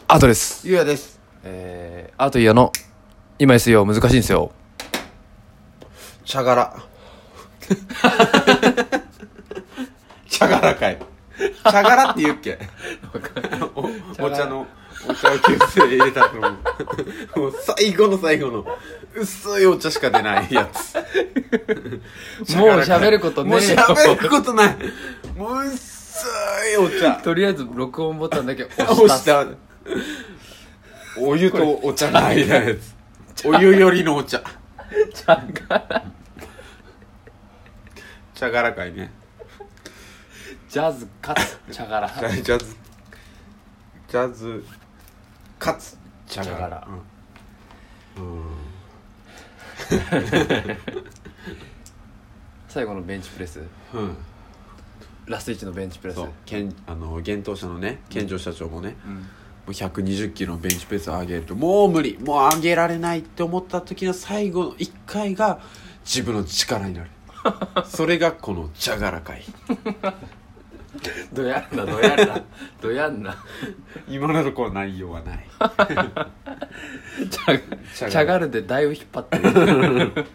アートです。 ゆうやです。 アートイヤの今 SEO 難しいんですよ。 茶柄茶柄かい。茶柄って言うっけお茶を急須で入れたのもう最後の最後の薄いお茶しか出ないやつもう喋ることねえよ。 もう喋ることない。もう薄いお茶。 とりあえず録音ボタンだけ押したお湯とお茶の間のやつ。お湯よりのお茶。 茶柄茶柄かいね。 ジャズかつ茶柄。 ジャズかつ茶柄。 最後のベンチプレス、ラスト1のベンチプレス。 そう、幻冬舎のね、健常社長もね、もう120キロのベンチプレスを上げるともう無理、もう上げられないって思った時の最後の1回が自分の力になるそれがこの茶柄会。 どやんな今のところ内容はない茶柄でだいぶ引っ張ってる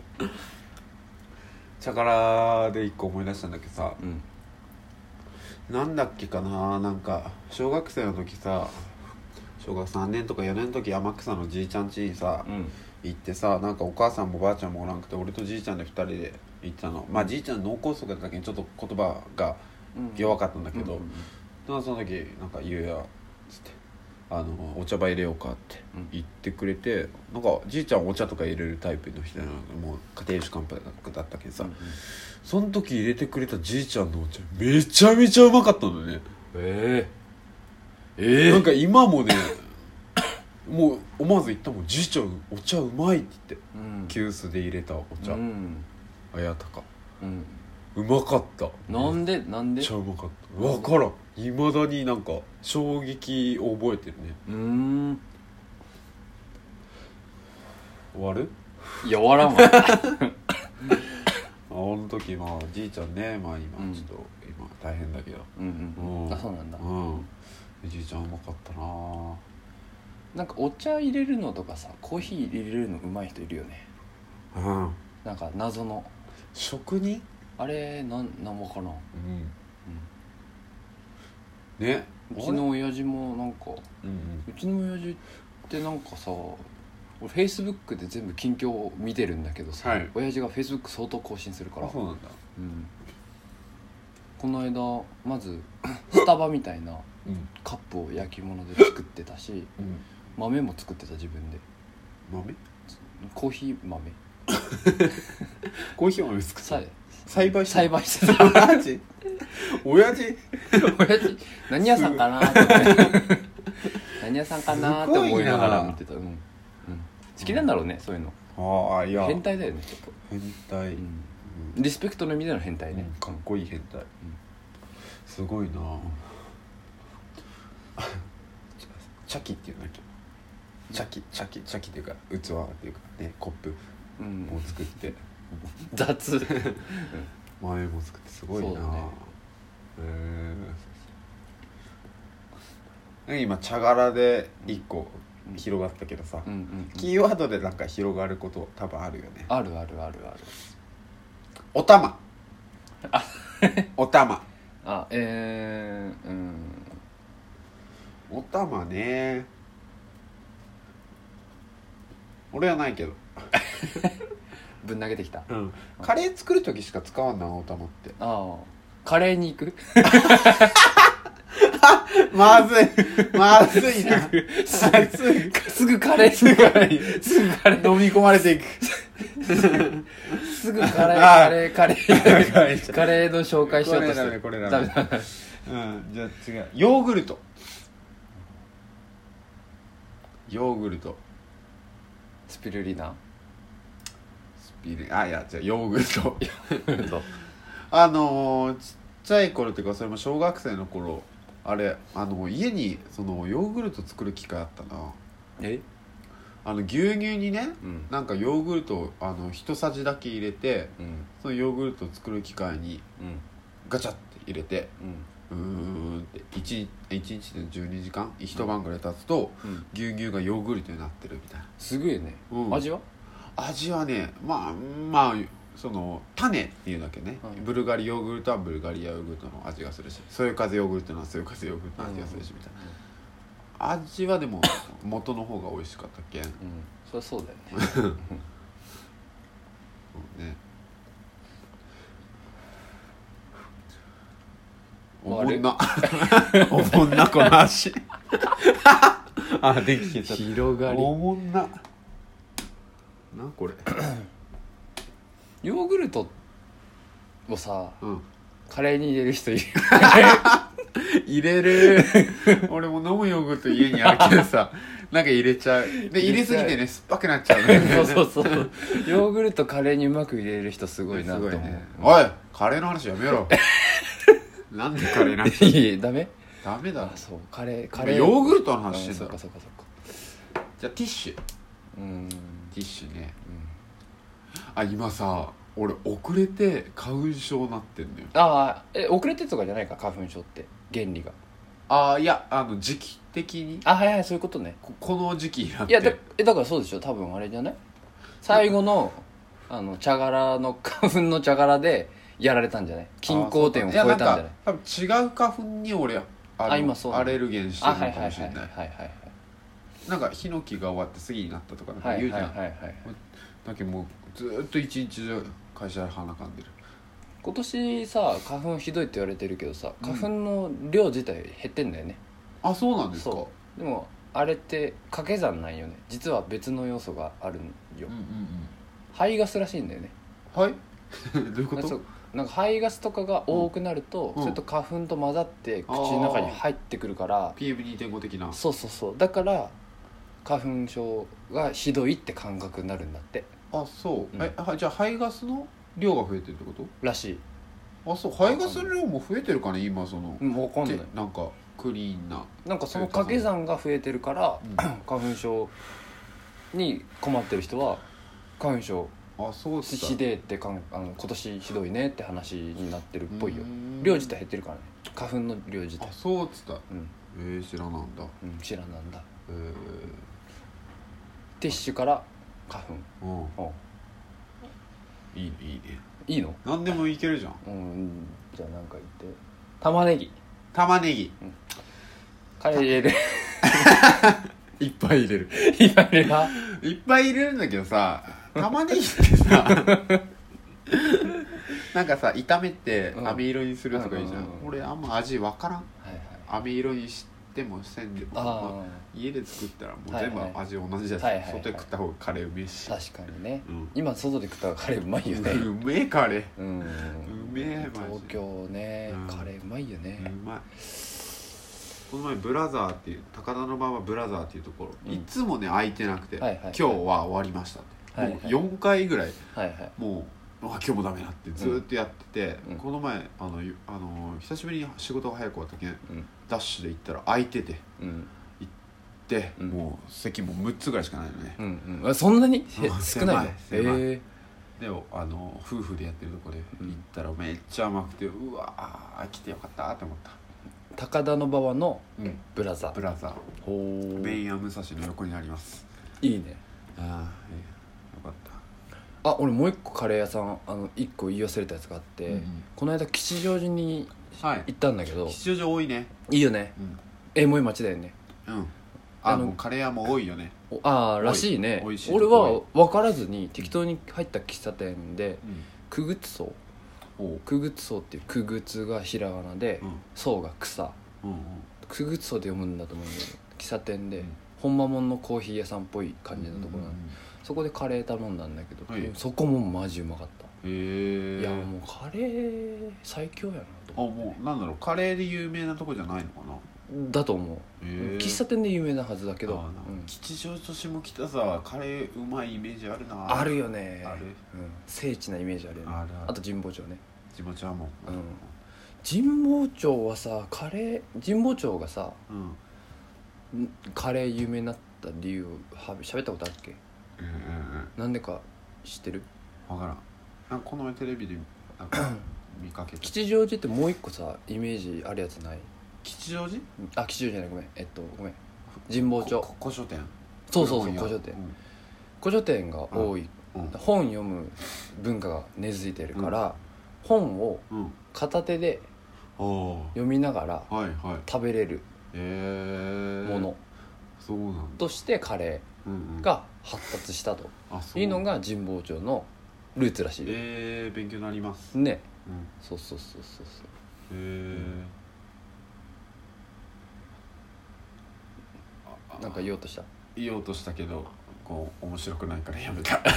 茶柄で1個思い出したんだけどさ、なんだっけかな、なんか小学生の時さ、小学3年とか4年の時天草のじいちゃん家にさ、行ってさ、なんかお母さんもおばあちゃんもおらんくて俺とじいちゃんで2人で行ったの。まあじいちゃん脳梗塞だったけどちょっと言葉が弱かったんだけど、その時なんか言うやつってお茶葉入れようかって言ってくれて、なんかじいちゃんお茶とか入れるタイプの人なの、もう家庭主乾杯だったけどさ、その時入れてくれたじいちゃんのお茶めちゃめちゃうまかったのね。なんか今もねもう思わず言ったもん、じいちゃんお茶うまいって言って、急須で入れたお茶、綾鷹、うまかった。 なんでめっちゃうまかった。分からん、いまだになんか衝撃を覚えてるね。終わる？ いや終わらんわあの時まあじいちゃんね、まあ今ちょっと今大変だけど、 あ、そうなんだ。 じいちゃんうまかったな。 なんかお茶入れるのとかさ、コーヒー入れるの上手い人いるよね。なんか謎の職人あれなんわからん。 ね、 うちの親父もなんか、うちの親父ってなんかさ、俺フェイスブックで全部近況を見てるんだけどさ、親父がフェイスブック相当更新するから。 そうなんだ。 この間まずスタバみたいなカップを焼き物で作ってたし、豆も作ってた自分で。 豆？ コーヒー豆コーヒー豆作ってた。栽培してた。マジ？親父何屋さんかなって何屋さんかなって思いながら見てた。好きなんだろうね、そういうの。いや変態だよね、ちょっと変態、 リスペクトの意味での変態ね。 かっこいい変態、すごいな。茶器っていうんだっけ、茶器っていうか器っていうかね、コップを作って雑豆も作ってすごいな。今茶柄で1個広がったけどさ、キーワードでなんか広がること多分あるよね。 ある。 おたまおたまおたまね、俺はないけどぶん投げてきた。 カレー作る時しか使わんな、おたまって。 カレーに行くまずいなすぐカレー飲み込まれていくすぐカレーの紹介しようとしてる。 これダメ。じゃあ違う、ヨーグルトスピルリナいやじゃあヨーグルトちっちゃい頃っていうか、それも小学生の頃、あれ家にそのヨーグルト作る機会あったな。牛乳にね、なんかヨーグルトを一さじだけ入れて、そのヨーグルトを作る機械にガチャって入れて、 って1日で12時間一晩ぐらい経つと、牛乳がヨーグルトになってるみたいな。 すごいね、味はね、まあその種っていうだけね、ブルガリヨーグルトはブルガリヨーグルトの味がするし、そよ風ヨーグルトはそよ風ヨーグルトの味がするしみたいな、味はでも元の方が美味しかったっけ。 そりゃそうだよねね。おもんなおもんなこの足電気消えちゃった。 広がりおもんなこれヨーグルトをさ、カレーに入れる人いる入れる俺も飲むヨーグルト家にあるけどさなんか入れちゃうで入れすぎてね酸っぱくなっちゃうねそうヨーグルトカレーにうまく入れる人すごいなと思う、ね、 おいカレーの話やめろなんでカレーなんていいダメだ。 そうカレーヨーグルトの話してんだろ。 そうかじゃあティッシュティッシュね、今さ俺遅れて花粉症になってんのよ。 遅れてとかじゃないか花粉症って原理が。 いや時期的にはいそういうことね。 この時期になって。 いやだからそうでしょ多分あれじゃない最後の茶殻の花粉の茶殻でやられたんじゃない均衡点を超えたんじゃない。 多分違う花粉に俺今そうアレルゲンしてるのかもしれない。なんかヒノキが終わって次になったとか言うじゃん。だけどもうずっと一日中会社で鼻かんでる。 今年さ花粉ひどいって言われてるけどさ花粉の量自体減ってんだよね。 そうなんですか。 でもあれって掛け算なんよね。実は別の要素があるんよ、排ガスらしいんだよね。 はいどういうこと。 なんか排ガスとかが多くなると、それと花粉と混ざって口の中に入ってくるから PM2.5 的な。 そうだから花粉症がひどいって感覚になるんだって。 そう、じゃあ排ガスの量が増えてるってことらしい。 そう排ガスの量も増えてるかね今その。 分かんない。 なんかクリーンななんかその掛け算が増えてるから、花粉症に困ってる人は花粉症ひでえって今年ひどいねって話になってるっぽいよ。量自体減ってるからね花粉の量自体。 そうっつった。知らなんだ。 知らなんだ。ティッシュから花粉。 いいねいいの。 何でもいけるじゃん。 じゃあ何か言って。玉ねぎ、カレー入れるいっぱい入れるいっぱい入れるいっぱい入れるんだけどさ玉ねぎってさなんかさ炒めて飴色にするとかいいじゃん。俺あんま味わからん。飴色にしてもせんでも家で作ったらもう全部味同じだし、外で食った方がカレーうめえし。 確かにね、今外で食ったらカレーうまいよね。 うめえカレー、うめえマジ。 東京ね、カレーうまいよね。 うまい。この前ブラザーっていう高田馬場ブラザーっていうところ、いつもね空いてなくて、今日は終わりましたって、もう4回ぐらい、もう今日もダメだってずっとやってて、この前久しぶりに仕事が早く終わったけん、ダッシュで行ったら空いてて、行って、もう席も6つぐらいしかないのね。 そんなに少ないの。 で夫婦でやってるとこで行ったらめっちゃ甘くて、うわー来てよかったって思った。 高田馬場のブラザー、ベイヤ武蔵の横にあります。 いいね。 よかった。 俺もう一個カレー屋さん一個言い忘れたやつがあって、この間吉祥寺に行ったんだけど、 吉祥寺多いね。 いいよね。エモい街だよね。 もうカレー屋も多いよね。 らしいね。俺は分からずに適当に入った喫茶店でくぐつそうくぐつそうっていうくぐつがひらがなで、そうが草、くぐつそうで読むんだと思うんだけど、喫茶店でほんまもんのコーヒー屋さんっぽい感じのところなの。そこでカレー頼んだんだけど、そこもマジうまかった。いやもうカレー最強やなと思って。 もうなんだろう、カレーで有名なとこじゃないのかな。 だと思う。喫茶店で有名なはずだけど、 吉祥寺と下北沢カレーうまいイメージあるな。 あるよね。聖地なイメージあるよね。あと神保町ね。 神保町はもう神保町はさ、カレー神保町がさ、カレー有名になった理由喋ったことあるっけ。なんでか知ってる？ 分からん。なんかこの前テレビでなんか見かけた。 吉祥寺ってもう一個さイメージあるやつない？ 吉祥寺？ あ、吉祥寺じゃない、ごめん、ごめん、神保町。 古書店。 そう古書店、古書店が多い、本読む文化が根付いてるから、本を片手で読みながら食べれるものとしてカレーが発達したというのが神保町のルーツらしい。 勉強になりますね。そうなんか言おうとしたけどこう面白くないからやめた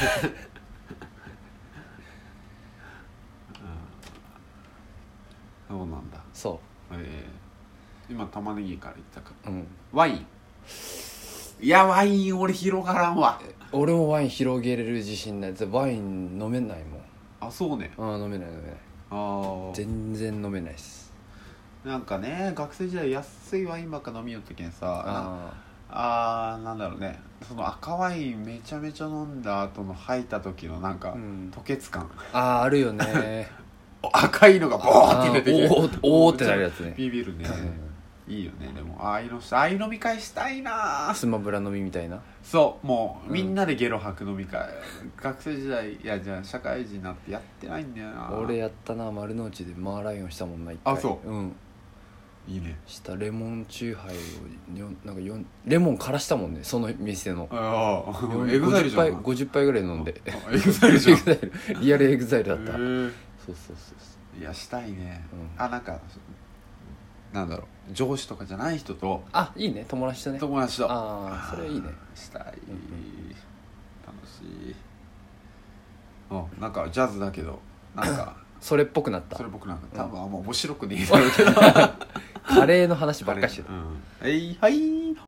そうなんだ。 そう、 今玉ねぎから言ったか、ワイン。いやワイン俺広がらんわ。 俺もワイン広げれる自信ない。ワイン飲めないもん。 あ、そうね。 飲めない。全然飲めないっす。 なんかね、学生時代安いワインばっか飲みよったけんさ、なんだろうね、その赤ワインめちゃめちゃ飲んだ後の吐いた時のなんか吐血感、 あるよね赤いのがボーって出てきておーってなるやつね。 ビビるね。いいよね。でもああいう飲み会したいな。 スマブラ飲みみたいな。 そうもうみんなでゲロ吐く飲み会、学生時代じゃあ社会人になってやってないんだよな。 俺やったな、丸の内でマーライオンしたもんな。 あ、そう、いいね。 したレモンチューハイをなんかレモン枯らしたもんね、その店の。 エグザイルじゃん。 50杯ぐらい飲んで。 エグザイルじゃん。 リアルエグザイルだった。そういやしたいね。なんかなんだろう、上司とかじゃない人と。 いいね、友達とね。 それいいね。 したい、楽しい。なんかジャズだけどなんかそれっぽくなった。 多分あんま面白くねえだろうけどカレーの話ばっかりしてた。 はい